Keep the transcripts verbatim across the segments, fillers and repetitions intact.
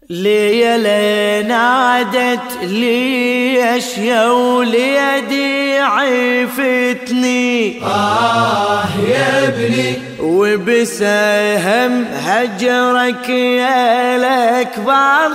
ليلة نادت ليش يا وليدي عفتني، آه يا ابني وبسهم هجرك يا الأكبر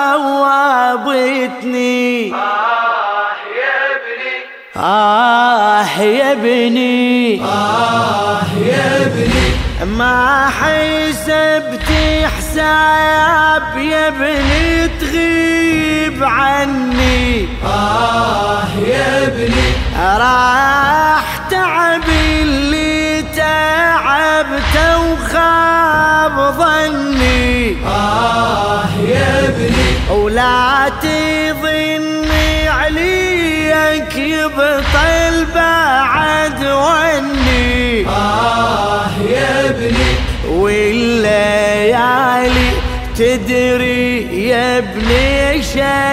صوابتني. آه يا ابني آه يا ابني آه يا ابني ما حسبت حساب يا ابني تغيب عني. آه يا ابني راح تعب اللي تعبته وخاب ظني. آه يا ابني ولا تظني عليك يبطل بعد وني. آه يا ابني والليالي تدري يا ابني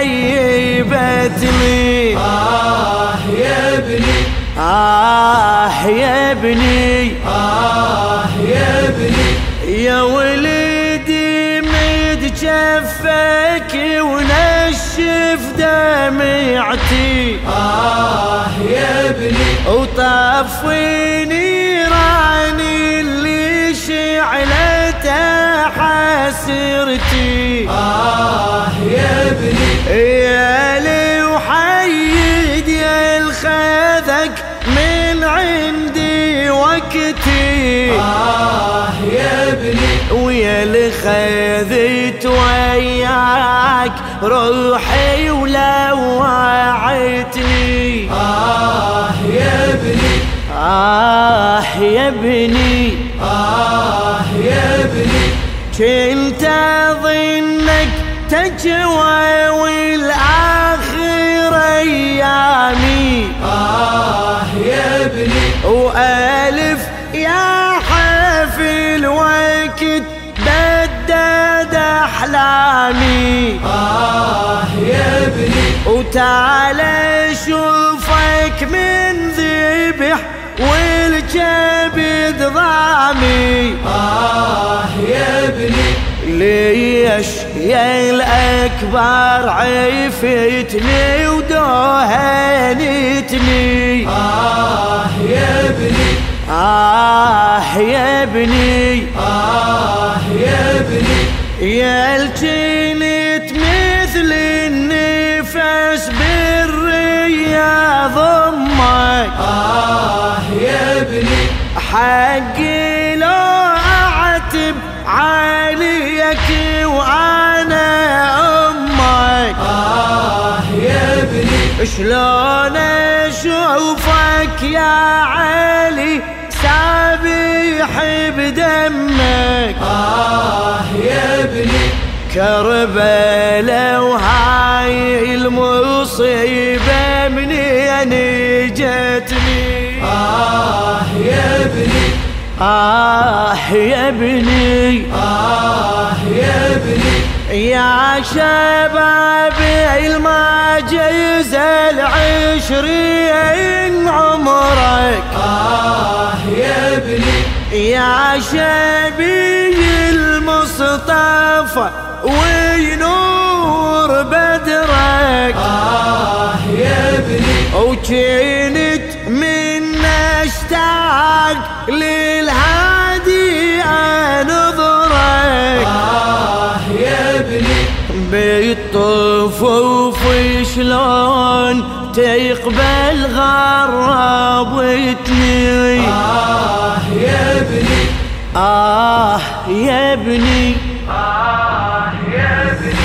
شيبتني. آه يا ابني آه يا ابني آه يا ابني يا ولدي مد جفك ونشف دمعتي. آه يا ابني وطفي نيراني اللي شعلتها حسرتي. آه يا ابني يا لي وحيد يا الخذك من عندي وقتي. آه يا ابني ويا اللي خذت وياك روحي ولوعتني. آه يا ابني آه يا ابني آه يا ابني كنت أظنك تجوى والآخر أيامي. آه يا ابني وألف يا حفل وقت بدد أحلامي. آه يا ابني وتعال شوفك من ذبح والكبد ضامي. آه يا ابني ليش يا الأكبر عفتني ودهنتني. آه يا ابني آه يا ابني آه يا ابني يا الجنت مثل النفس بالرياض ضمك. آه يا ابني حقي لو أعتب عليك وأنا أمك. آه يا ابني شلون أشوفك يا علي سابح بدمك. آه يا ابني كربلاء وهاي المصيبة منين جتني. آه يا ابني آه يا ابني آه يا ابني يا شباب المجيز العشرين عمرك. آه يا ابني يا شبي المصطفى وينور بدرك. آه يا ابني وكنت من اشتاق للهادي انظرك. آه يا ابني بالطفوف شلون تقبل غربتني. آه يا ابني آه يا ابني آه يا ابني